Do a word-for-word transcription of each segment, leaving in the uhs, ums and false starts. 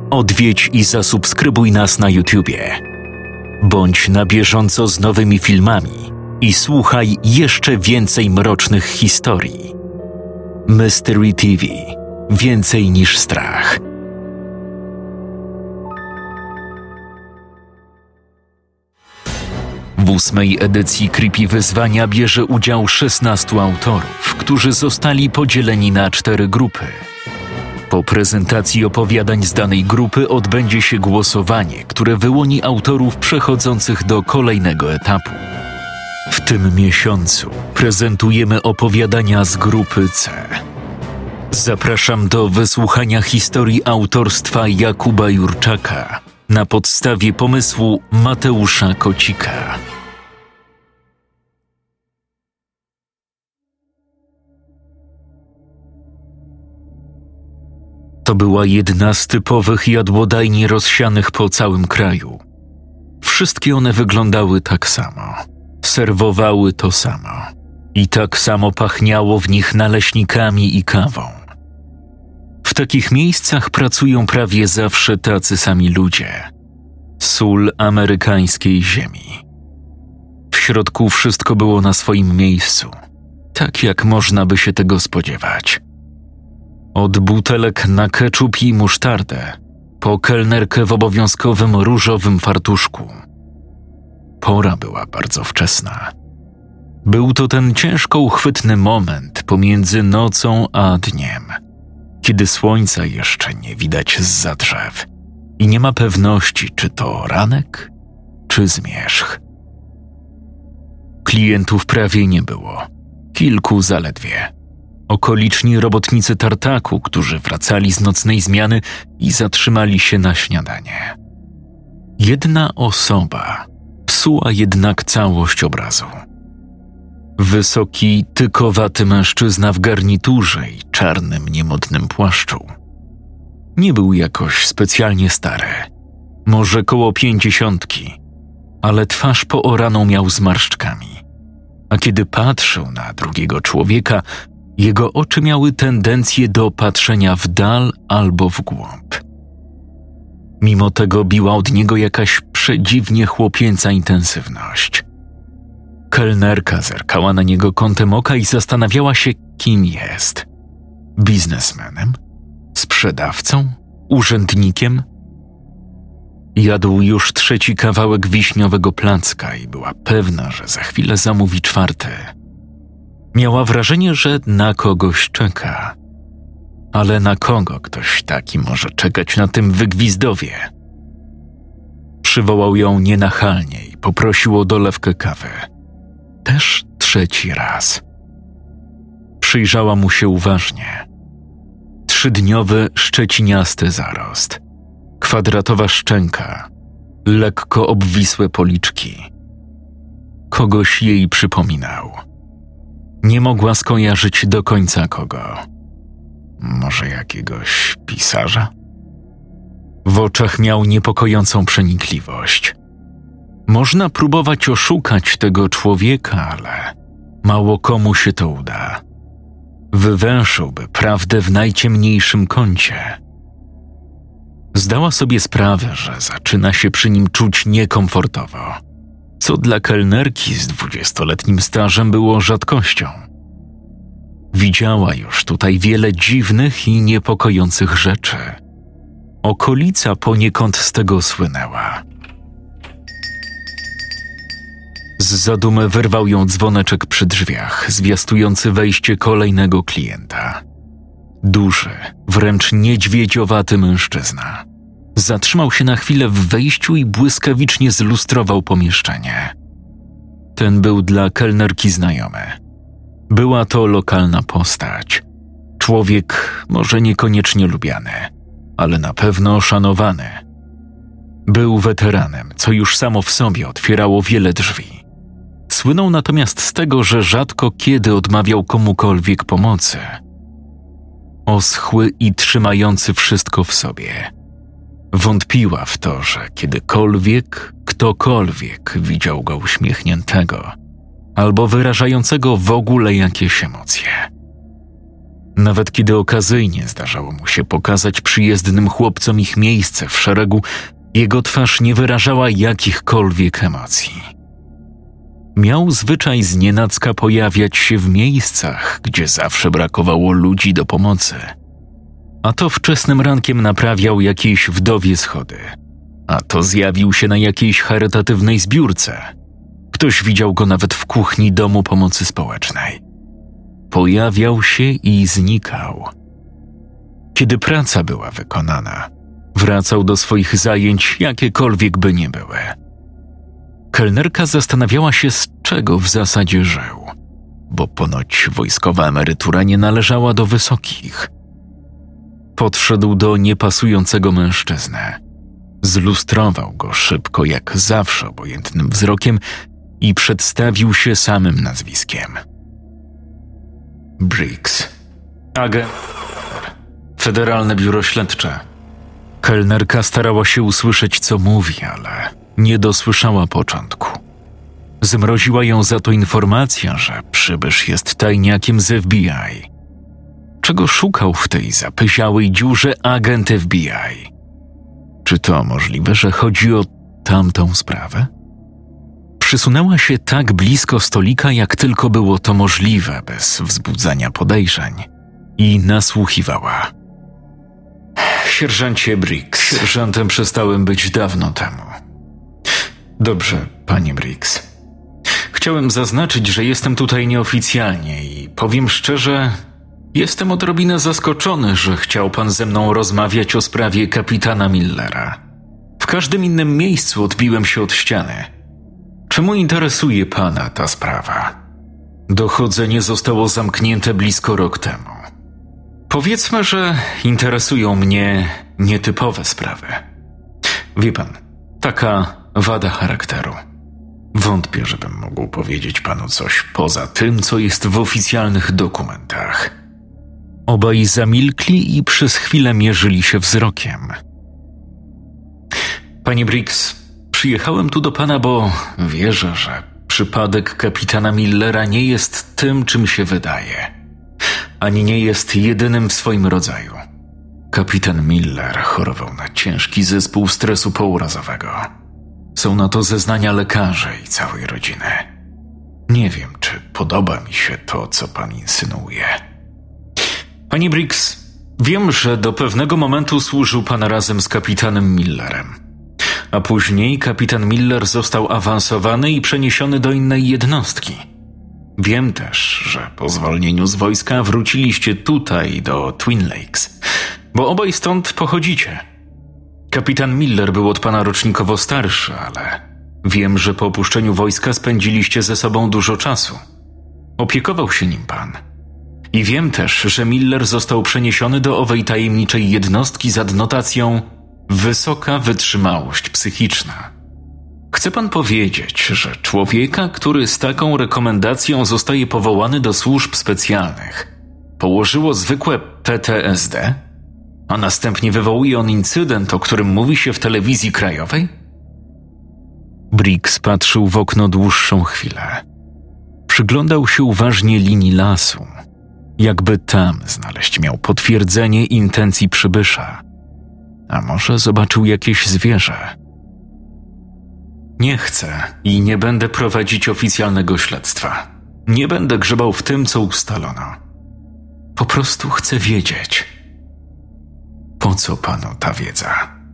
Odwiedź i zasubskrybuj nas na YouTubie. Bądź na bieżąco z nowymi filmami i słuchaj jeszcze więcej mrocznych historii. Mystery T V. Więcej niż strach. W ósmej edycji Creepy Wyzwania bierze udział szesnastu autorów, którzy zostali podzieleni na cztery grupy. Po prezentacji opowiadań z danej grupy odbędzie się głosowanie, które wyłoni autorów przechodzących do kolejnego etapu. W tym miesiącu prezentujemy opowiadania z grupy C. Zapraszam do wysłuchania historii autorstwa Jakuba Jurczaka na podstawie pomysłu Mateusza Kocika. To była jedna z typowych jadłodajni rozsianych po całym kraju. Wszystkie one wyglądały tak samo, serwowały to samo i tak samo pachniało w nich naleśnikami i kawą. W takich miejscach pracują prawie zawsze tacy sami ludzie. Sól amerykańskiej ziemi. W środku wszystko było na swoim miejscu, tak jak można by się tego spodziewać. Od butelek na keczup i musztardę, po kelnerkę w obowiązkowym różowym fartuszku. Pora była bardzo wczesna. Był to ten ciężko uchwytny moment pomiędzy nocą a dniem, kiedy słońca jeszcze nie widać zza drzew i nie ma pewności, czy to ranek, czy zmierzch. Klientów prawie nie było, kilku zaledwie. Okoliczni robotnicy tartaku, którzy wracali z nocnej zmiany i zatrzymali się na śniadanie. Jedna osoba psuła jednak całość obrazu. Wysoki, tykowaty mężczyzna w garniturze i czarnym, niemodnym płaszczu. Nie był jakoś specjalnie stary, może koło pięćdziesiątki, ale twarz pooraną miał zmarszczkami. A kiedy patrzył na drugiego człowieka, jego oczy miały tendencję do patrzenia w dal albo w głąb. Mimo tego biła od niego jakaś przedziwnie chłopięca intensywność. Kelnerka zerkała na niego kątem oka i zastanawiała się, kim jest. Biznesmenem? Sprzedawcą? Urzędnikiem? Jadł już trzeci kawałek wiśniowego placka i była pewna, że za chwilę zamówi czwarty. Miała wrażenie, że na kogoś czeka. Ale na kogo ktoś taki może czekać na tym wygwizdowie? Przywołał ją nienachalnie i poprosił o dolewkę kawy. Też trzeci raz. Przyjrzała mu się uważnie. Trzydniowy, szczeciniasty zarost. Kwadratowa szczęka. Lekko obwisłe policzki. Kogoś jej przypominał. Nie mogła skojarzyć do końca kogo. Może jakiegoś pisarza? W oczach miał niepokojącą przenikliwość. Można próbować oszukać tego człowieka, ale mało komu się to uda. Wywęszyłby prawdę w najciemniejszym kącie. Zdała sobie sprawę, że zaczyna się przy nim czuć niekomfortowo, co dla kelnerki z dwudziestoletnim stażem było rzadkością. Widziała już tutaj wiele dziwnych i niepokojących rzeczy. Okolica poniekąd z tego słynęła. Z zadumy wyrwał ją dzwoneczek przy drzwiach, zwiastujący wejście kolejnego klienta. Duży, wręcz niedźwiedziowaty mężczyzna. Zatrzymał się na chwilę w wejściu i błyskawicznie zlustrował pomieszczenie. Ten był dla kelnerki znajomy. Była to lokalna postać. Człowiek może niekoniecznie lubiany, ale na pewno szanowany. Był weteranem, co już samo w sobie otwierało wiele drzwi. Słynął natomiast z tego, że rzadko kiedy odmawiał komukolwiek pomocy. Oschły i trzymający wszystko w sobie. Wątpiła w to, że kiedykolwiek, ktokolwiek widział go uśmiechniętego albo wyrażającego w ogóle jakieś emocje. Nawet kiedy okazyjnie zdarzało mu się pokazać przyjezdnym chłopcom ich miejsce w szeregu, jego twarz nie wyrażała jakichkolwiek emocji. Miał zwyczaj znienacka pojawiać się w miejscach, gdzie zawsze brakowało ludzi do pomocy. A to wczesnym rankiem naprawiał jakiejś wdowie schody, a to zjawił się na jakiejś charytatywnej zbiórce. Ktoś widział go nawet w kuchni domu pomocy społecznej. Pojawiał się i znikał. Kiedy praca była wykonana, wracał do swoich zajęć, jakiekolwiek by nie były. Kelnerka zastanawiała się, z czego w zasadzie żył, bo ponoć wojskowa emerytura nie należała do wysokich. Podszedł do niepasującego mężczyzny. Zlustrował go szybko, jak zawsze obojętnym wzrokiem i przedstawił się samym nazwiskiem. Briggs. Agent. Federalne Biuro Śledcze. Kelnerka starała się usłyszeć, co mówi, ale nie dosłyszała początku. Zmroziła ją za to informacja, że przybysz jest tajniakiem z F B I. Czego szukał w tej zapyziałej dziurze agent F B I? Czy to możliwe, że chodzi o tamtą sprawę? Przysunęła się tak blisko stolika, jak tylko było to możliwe, bez wzbudzania podejrzeń, i nasłuchiwała. Sierżancie Briggs, sierżantem przestałem być dawno temu. Dobrze, panie Briggs. Chciałem zaznaczyć, że jestem tutaj nieoficjalnie i powiem szczerze, jestem odrobinę zaskoczony, że chciał pan ze mną rozmawiać o sprawie kapitana Millera. W każdym innym miejscu odbiłem się od ściany. Czemu interesuje pana ta sprawa? Dochodzenie zostało zamknięte blisko rok temu. Powiedzmy, że interesują mnie nietypowe sprawy. Wie pan, taka wada charakteru. Wątpię, żebym mógł powiedzieć panu coś poza tym, co jest w oficjalnych dokumentach. Obaj zamilkli i przez chwilę mierzyli się wzrokiem. Panie Briggs, przyjechałem tu do pana, bo wierzę, że przypadek kapitana Millera nie jest tym, czym się wydaje. Ani nie jest jedynym w swoim rodzaju. Kapitan Miller chorował na ciężki zespół stresu pourazowego. Są na to zeznania lekarzy i całej rodziny. Nie wiem, czy podoba mi się to, co pan insynuuje. Panie Briggs, wiem, że do pewnego momentu służył pan razem z kapitanem Millerem. A później kapitan Miller został awansowany i przeniesiony do innej jednostki. Wiem też, że po zwolnieniu z wojska wróciliście tutaj do Twin Lakes, bo obaj stąd pochodzicie. Kapitan Miller był od pana rocznikowo starszy, ale wiem, że po opuszczeniu wojska spędziliście ze sobą dużo czasu. Opiekował się nim pan. I wiem też, że Miller został przeniesiony do owej tajemniczej jednostki z adnotacją wysoka wytrzymałość psychiczna. Chce pan powiedzieć, że człowieka, który z taką rekomendacją zostaje powołany do służb specjalnych, położyło zwykłe P T S D, a następnie wywołuje on incydent, o którym mówi się w telewizji krajowej? Briggs patrzył w okno dłuższą chwilę. Przyglądał się uważnie linii lasu, jakby tam znaleźć miał potwierdzenie intencji przybysza. A może zobaczył jakieś zwierzę? Nie chcę i nie będę prowadzić oficjalnego śledztwa. Nie będę grzebał w tym, co ustalono. Po prostu chcę wiedzieć. Po co panu ta wiedza?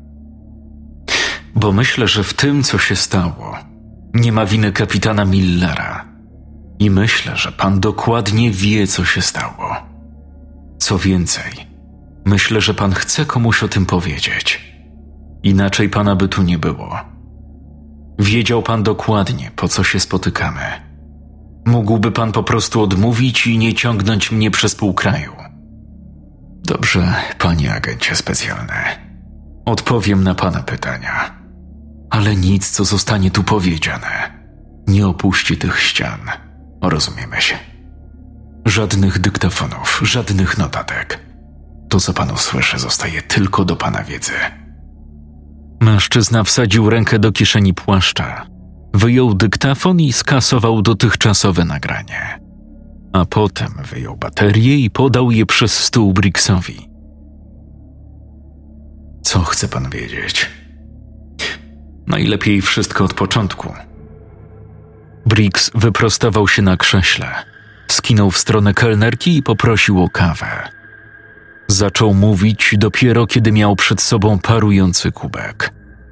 Bo myślę, że w tym, co się stało, nie ma winy kapitana Millera. I myślę, że pan dokładnie wie, co się stało. Co więcej, myślę, że pan chce komuś o tym powiedzieć. Inaczej pana by tu nie było. Wiedział pan dokładnie, po co się spotykamy. Mógłby pan po prostu odmówić i nie ciągnąć mnie przez pół kraju. Dobrze, panie agencie specjalny. Odpowiem na pana pytania. Ale nic, co zostanie tu powiedziane, nie opuści tych ścian. Rozumiemy się. Żadnych dyktafonów, żadnych notatek. To, co pan usłyszy, zostaje tylko do pana wiedzy. Mężczyzna wsadził rękę do kieszeni płaszcza, wyjął dyktafon i skasował dotychczasowe nagranie. a potem wyjął baterię i podał je przez stół Briggsowi. Co chce pan wiedzieć? Najlepiej wszystko od początku. Briggs wyprostował się na krześle, skinął w stronę kelnerki i poprosił o kawę. Zaczął mówić dopiero, kiedy miał przed sobą parujący kubek.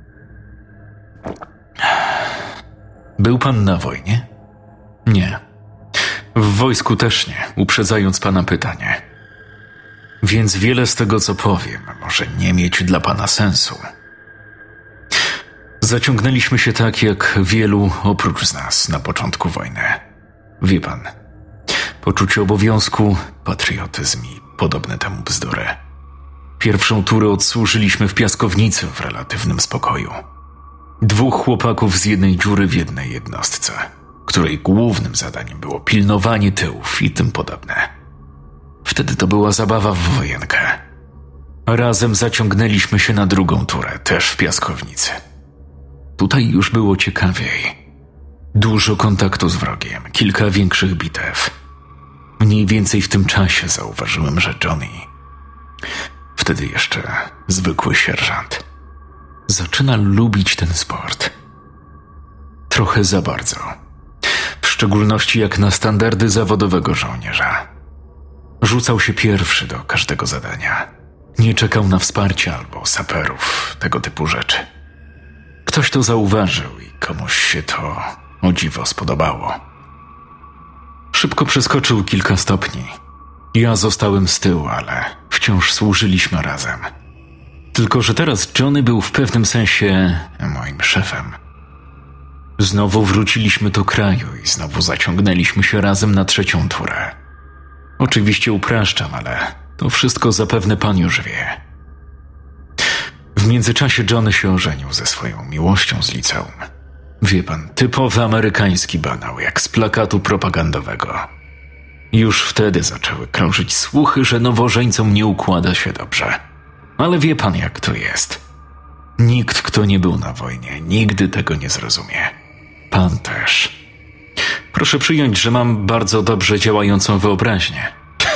Był pan na wojnie? Nie. W wojsku też nie, uprzedzając pana pytanie. Więc wiele z tego, co powiem, może nie mieć dla pana sensu. Zaciągnęliśmy się tak, jak wielu oprócz z nas na początku wojny. Wie pan, poczucie obowiązku, patriotyzm i podobne temu bzdury. Pierwszą turę odsłużyliśmy w piaskownicy w relatywnym spokoju. Dwóch chłopaków z jednej dziury w jednej jednostce, której głównym zadaniem było pilnowanie tyłów i tym podobne. Wtedy to była zabawa w wojenkę. Razem zaciągnęliśmy się na drugą turę, też w piaskownicy. Tutaj już było ciekawiej. Dużo kontaktu z wrogiem, kilka większych bitew. Mniej więcej w tym czasie zauważyłem, że Johnny, wtedy jeszcze zwykły sierżant, zaczyna lubić ten sport. Trochę za bardzo. W szczególności jak na standardy zawodowego żołnierza. Rzucał się pierwszy do każdego zadania. Nie czekał na wsparcie albo saperów, tego typu rzeczy. Ktoś to zauważył i komuś się to o dziwo spodobało. Szybko przeskoczył kilka stopni. Ja zostałem z tyłu, ale wciąż służyliśmy razem. Tylko że teraz Johnny był w pewnym sensie moim szefem. Znowu wróciliśmy do kraju i znowu zaciągnęliśmy się razem na trzecią turę. Oczywiście upraszczam, ale to wszystko zapewne pan już wie. W międzyczasie Johnny się ożenił ze swoją miłością z liceum. Wie pan, typowy amerykański banał, jak z plakatu propagandowego. Już wtedy zaczęły krążyć słuchy, że nowożeńcom nie układa się dobrze. Ale wie pan, jak to jest. Nikt, kto nie był na wojnie, nigdy tego nie zrozumie. Pan też. Proszę przyjąć, że mam bardzo dobrze działającą wyobraźnię.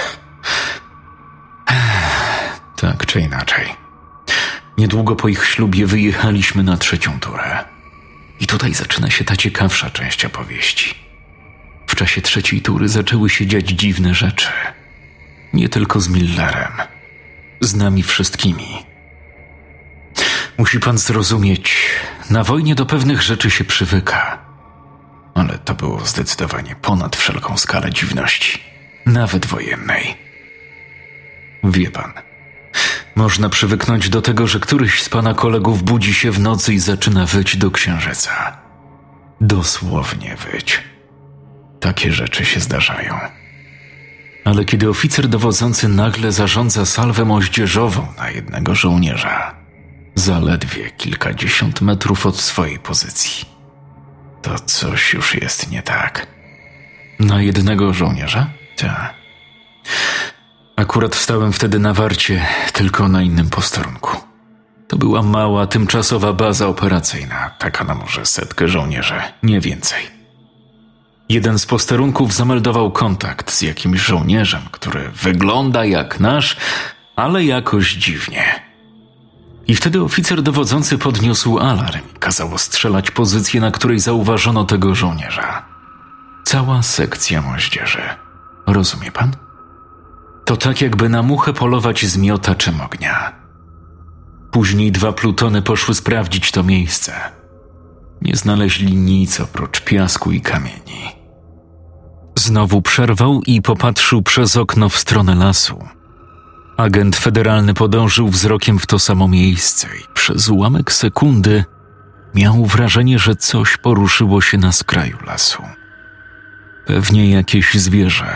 Tak czy inaczej. Niedługo po ich ślubie wyjechaliśmy na trzecią turę. I tutaj zaczyna się ta ciekawsza część opowieści. W czasie trzeciej tury zaczęły się dziać dziwne rzeczy. Nie tylko z Millerem. Z nami wszystkimi. Musi pan zrozumieć, na wojnie do pewnych rzeczy się przywyka. Ale to było zdecydowanie ponad wszelką skalę dziwności. Nawet wojennej. Wie pan, można przywyknąć do tego, że któryś z pana kolegów budzi się w nocy i zaczyna wyć do księżyca. Dosłownie wyć. Takie rzeczy się zdarzają. Ale kiedy oficer dowodzący nagle zarządza salwę moździerzową na jednego żołnierza, zaledwie kilkadziesiąt metrów od swojej pozycji, to coś już jest nie tak. Na jednego żołnierza? Tak. Akurat stałem wtedy na warcie, tylko na innym posterunku. To była mała, tymczasowa baza operacyjna, taka na może setkę żołnierzy, nie więcej. Jeden z posterunków zameldował kontakt z jakimś żołnierzem, który wygląda jak nasz, ale jakoś dziwnie. I wtedy oficer dowodzący podniósł alarm i kazał ostrzelać pozycję, na której zauważono tego żołnierza. Cała sekcja moździerzy. Rozumie pan? To tak jakby na muchę polować z miotaczem ognia. Później dwa plutony poszły sprawdzić to miejsce. Nie znaleźli nic oprócz piasku i kamieni. Znowu przerwał i popatrzył przez okno w stronę lasu. Agent federalny podążył wzrokiem w to samo miejsce i przez ułamek sekundy miał wrażenie, że coś poruszyło się na skraju lasu. Pewnie jakieś zwierzę.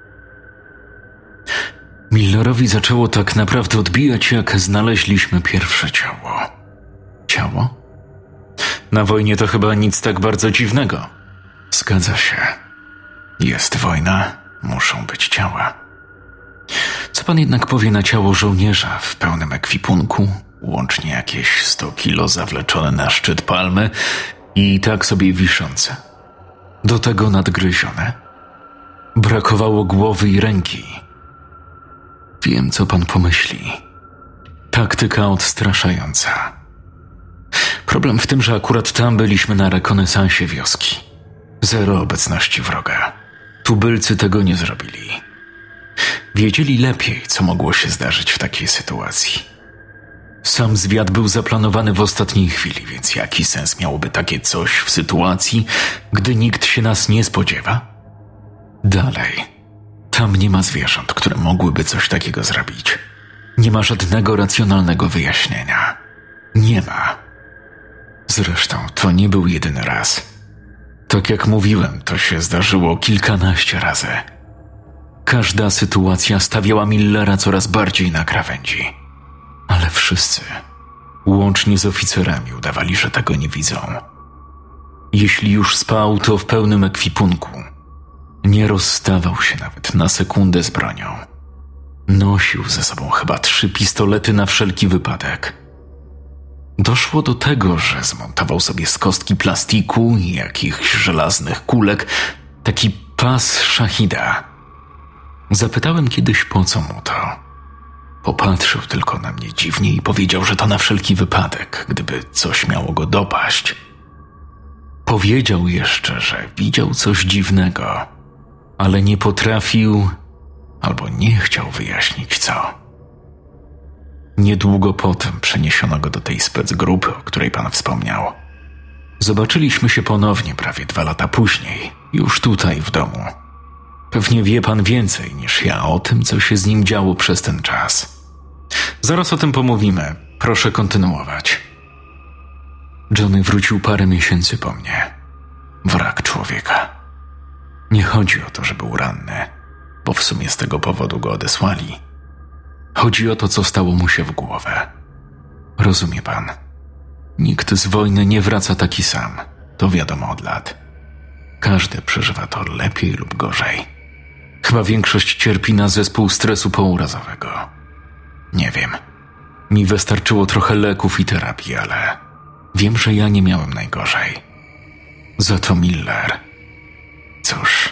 Millerowi zaczęło tak naprawdę odbijać, jak znaleźliśmy pierwsze ciało. Ciało? Na wojnie to chyba nic tak bardzo dziwnego. Zgadza się. Jest wojna, muszą być ciała. Co pan jednak powie na ciało żołnierza w pełnym ekwipunku, łącznie jakieś sto kilo zawleczone na szczyt palmy i tak sobie wiszące? Do tego nadgryzione? Brakowało głowy i ręki. Wiem, co pan pomyśli. Taktyka odstraszająca. Problem w tym, że akurat tam byliśmy na rekonesansie wioski. Zero obecności wroga. Tubylcy tego nie zrobili. Wiedzieli lepiej, co mogło się zdarzyć w takiej sytuacji. Sam zwiat był zaplanowany w ostatniej chwili, więc jaki sens miałoby takie coś w sytuacji, gdy nikt się nas nie spodziewa? Dalej. Tam nie ma zwierząt, które mogłyby coś takiego zrobić. Nie ma żadnego racjonalnego wyjaśnienia. Nie ma. Zresztą to nie był jedyny raz. Tak jak mówiłem, to się zdarzyło kilkanaście razy. Każda sytuacja stawiała Millera coraz bardziej na krawędzi. Ale wszyscy, łącznie z oficerami, udawali, że tego nie widzą. Jeśli już spał, to w pełnym ekwipunku. Nie rozstawał się nawet na sekundę z bronią. Nosił ze sobą chyba trzy pistolety na wszelki wypadek. Doszło do tego, że zmontował sobie z kostki plastiku i jakichś żelaznych kulek taki pas szachida. Zapytałem kiedyś, po co mu to. Popatrzył tylko na mnie dziwnie i powiedział, że to na wszelki wypadek, gdyby coś miało go dopaść. Powiedział jeszcze, że widział coś dziwnego, ale nie potrafił albo nie chciał wyjaśnić co. Niedługo potem przeniesiono go do tej specgrupy, o której pan wspomniał. Zobaczyliśmy się ponownie prawie dwa lata później, już tutaj w domu. Pewnie wie pan więcej niż ja o tym, co się z nim działo przez ten czas. Zaraz o tym pomówimy. Proszę kontynuować. Johnny wrócił parę miesięcy po mnie. Wrak człowieka. Nie chodzi o to, że był ranny, bo w sumie z tego powodu go odesłali. Chodzi o to, co stało mu się w głowę. Rozumie pan. Nikt z wojny nie wraca taki sam. To wiadomo od lat. Każdy przeżywa to lepiej lub gorzej. Chyba większość cierpi na zespół stresu pourazowego. Nie wiem. Mi wystarczyło trochę leków i terapii, ale wiem, że ja nie miałem najgorzej. Za to Miller. Cóż.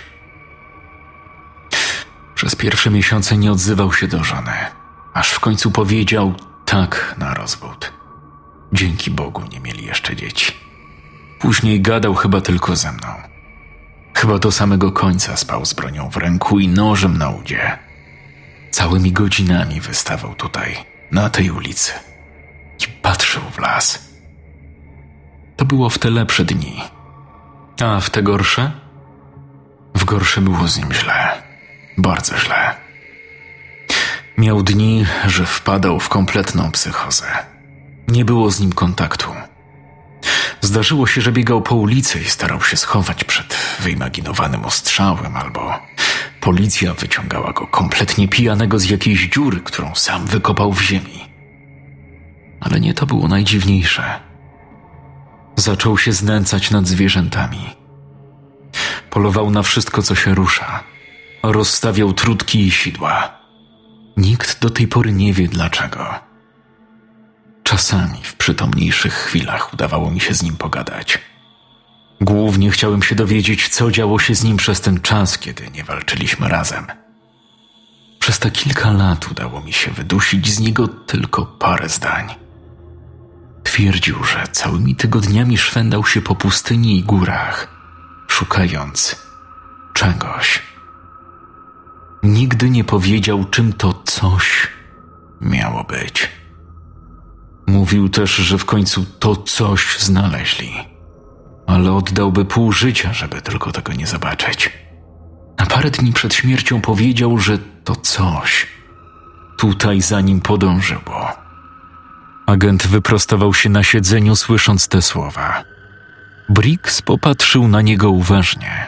Przez pierwsze miesiące nie odzywał się do żony, aż w końcu powiedział tak na rozwód. Dzięki Bogu nie mieli jeszcze dzieci. Później gadał chyba tylko ze mną. Chyba do samego końca spał z bronią w ręku i nożem na udzie. Całymi godzinami wystawał tutaj, na tej ulicy i patrzył w las. To było w te lepsze dni. A w te gorsze? W gorsze było z nim źle. Bardzo źle. Miał dni, że wpadał w kompletną psychozę. Nie było z nim kontaktu. Zdarzyło się, że biegał po ulicy i starał się schować przed wyimaginowanym ostrzałem, albo policja wyciągała go kompletnie pijanego z jakiejś dziury, którą sam wykopał w ziemi. Ale nie to było najdziwniejsze. Zaczął się znęcać nad zwierzętami. Polował na wszystko, co się rusza. Rozstawiał trutki i sidła. Nikt do tej pory nie wie dlaczego. Czasami w przytomniejszych chwilach udawało mi się z nim pogadać. Głównie chciałem się dowiedzieć, co działo się z nim przez ten czas, kiedy nie walczyliśmy razem. Przez te kilka lat udało mi się wydusić z niego tylko parę zdań. Twierdził, że całymi tygodniami szwendał się po pustyni i górach, szukając czegoś. Nigdy nie powiedział, czym to coś miało być. Mówił też, że w końcu to coś znaleźli, ale oddałby pół życia, żeby tylko tego nie zobaczyć. A parę dni przed śmiercią powiedział, że to coś tutaj za nim podążyło. Agent wyprostował się na siedzeniu, słysząc te słowa. Briggs popatrzył na niego uważnie.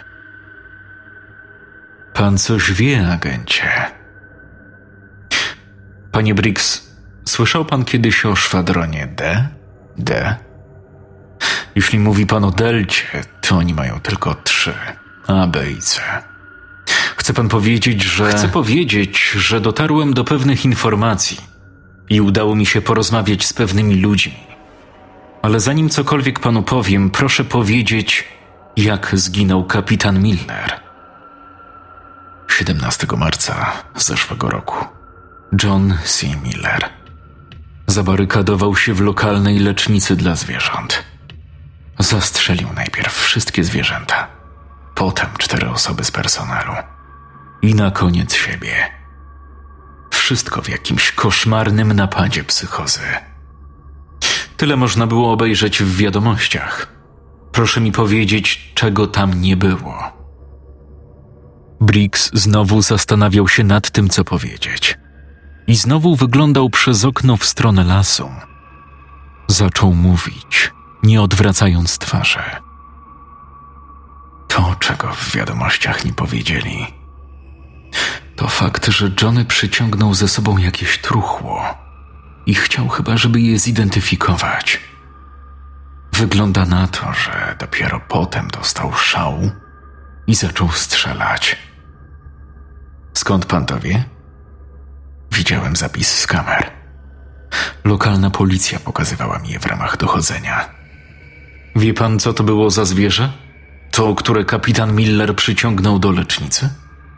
Pan coś wie, agencie. Panie Briggs, słyszał pan kiedyś o szwadronie D? D? Jeśli mówi pan o Delcie, to oni mają tylko trzy. A, B i C. Chce pan powiedzieć, że... Chcę powiedzieć, że dotarłem do pewnych informacji i udało mi się porozmawiać z pewnymi ludźmi. Ale zanim cokolwiek panu powiem, proszę powiedzieć, jak zginął kapitan Miller. siedemnastego marca zeszłego roku John C. Miller zabarykadował się w lokalnej lecznicy dla zwierząt. Zastrzelił najpierw wszystkie zwierzęta, potem cztery osoby z personelu i na koniec siebie. Wszystko w jakimś koszmarnym napadzie psychozy. Tyle można było obejrzeć w wiadomościach. Proszę mi powiedzieć, czego tam nie było. Briggs znowu zastanawiał się nad tym, co powiedzieć. I znowu wyglądał przez okno w stronę lasu. Zaczął mówić, nie odwracając twarzy. To, czego w wiadomościach nie powiedzieli, to fakt, że Johnny przyciągnął ze sobą jakieś truchło i chciał chyba, żeby je zidentyfikować. Wygląda na to, że dopiero potem dostał szału i zaczął strzelać. Skąd pan to wie? Widziałem zapis z kamer. Lokalna policja pokazywała mi je w ramach dochodzenia. Wie pan, co to było za zwierzę? To, które kapitan Miller przyciągnął do lecznicy?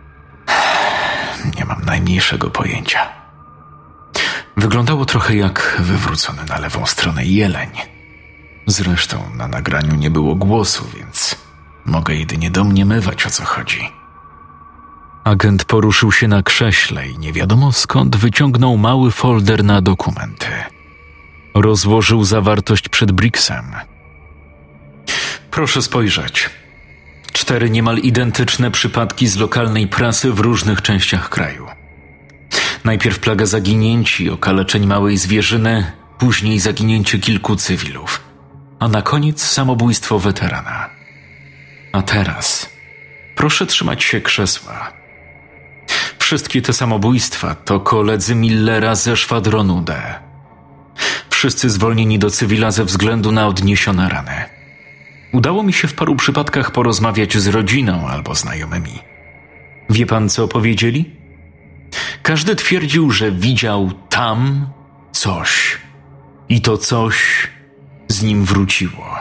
Nie mam najmniejszego pojęcia. Wyglądało trochę jak wywrócony na lewą stronę jeleń. Zresztą na nagraniu nie było głosu, więc mogę jedynie domniemywać, o co chodzi. Agent poruszył się na krześle i nie wiadomo skąd wyciągnął mały folder na dokumenty. Rozłożył zawartość przed Briggsem. Proszę spojrzeć. Cztery niemal identyczne przypadki z lokalnej prasy w różnych częściach kraju. Najpierw plaga zaginięć i okaleczeń małej zwierzyny, później zaginięcie kilku cywilów, a na koniec samobójstwo weterana. A teraz proszę trzymać się krzesła. Wszystkie te samobójstwa to koledzy Millera ze szwadronu D. Wszyscy zwolnieni do cywila ze względu na odniesione rany. Udało mi się w paru przypadkach porozmawiać z rodziną albo znajomymi. Wie pan, co powiedzieli? Każdy twierdził, że widział tam coś i to coś z nim wróciło.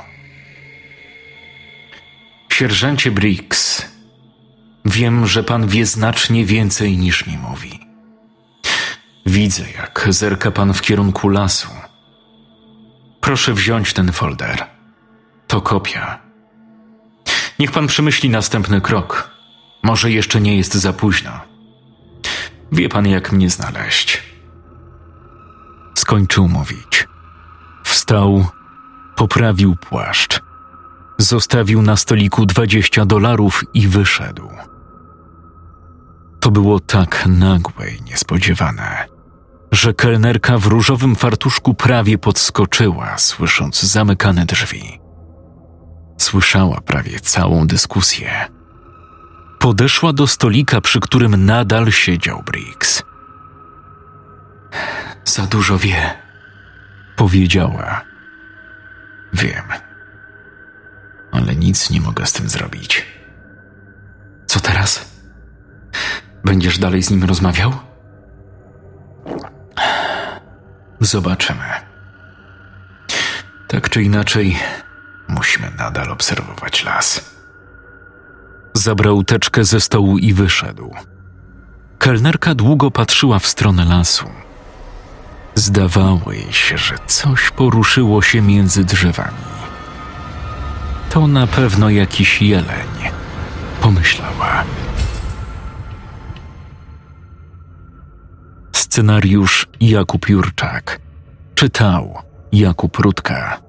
Sierżancie Briggs, wiem, że pan wie znacznie więcej niż mi mówi. Widzę, jak zerka pan w kierunku lasu. Proszę wziąć ten folder. To kopia. Niech pan przemyśli następny krok. Może jeszcze nie jest za późno. Wie pan, jak mnie znaleźć. Skończył mówić. Wstał, poprawił płaszcz. Zostawił na stoliku dwadzieścia dolarów i wyszedł. To było tak nagłe i niespodziewane, że kelnerka w różowym fartuszku prawie podskoczyła, słysząc zamykane drzwi. Słyszała prawie całą dyskusję. Podeszła do stolika, przy którym nadal siedział Briggs. Za dużo wie, powiedziała. Wiem, ale nic nie mogę z tym zrobić. Co teraz? Będziesz dalej z nim rozmawiał? Zobaczymy. Tak czy inaczej, musimy nadal obserwować las. Zabrał teczkę ze stołu i wyszedł. Kelnerka długo patrzyła w stronę lasu. Zdawało jej się, że coś poruszyło się między drzewami. To na pewno jakiś jeleń, pomyślała. Scenariusz Jakub Jurczak. Czytał Jakub Rutka.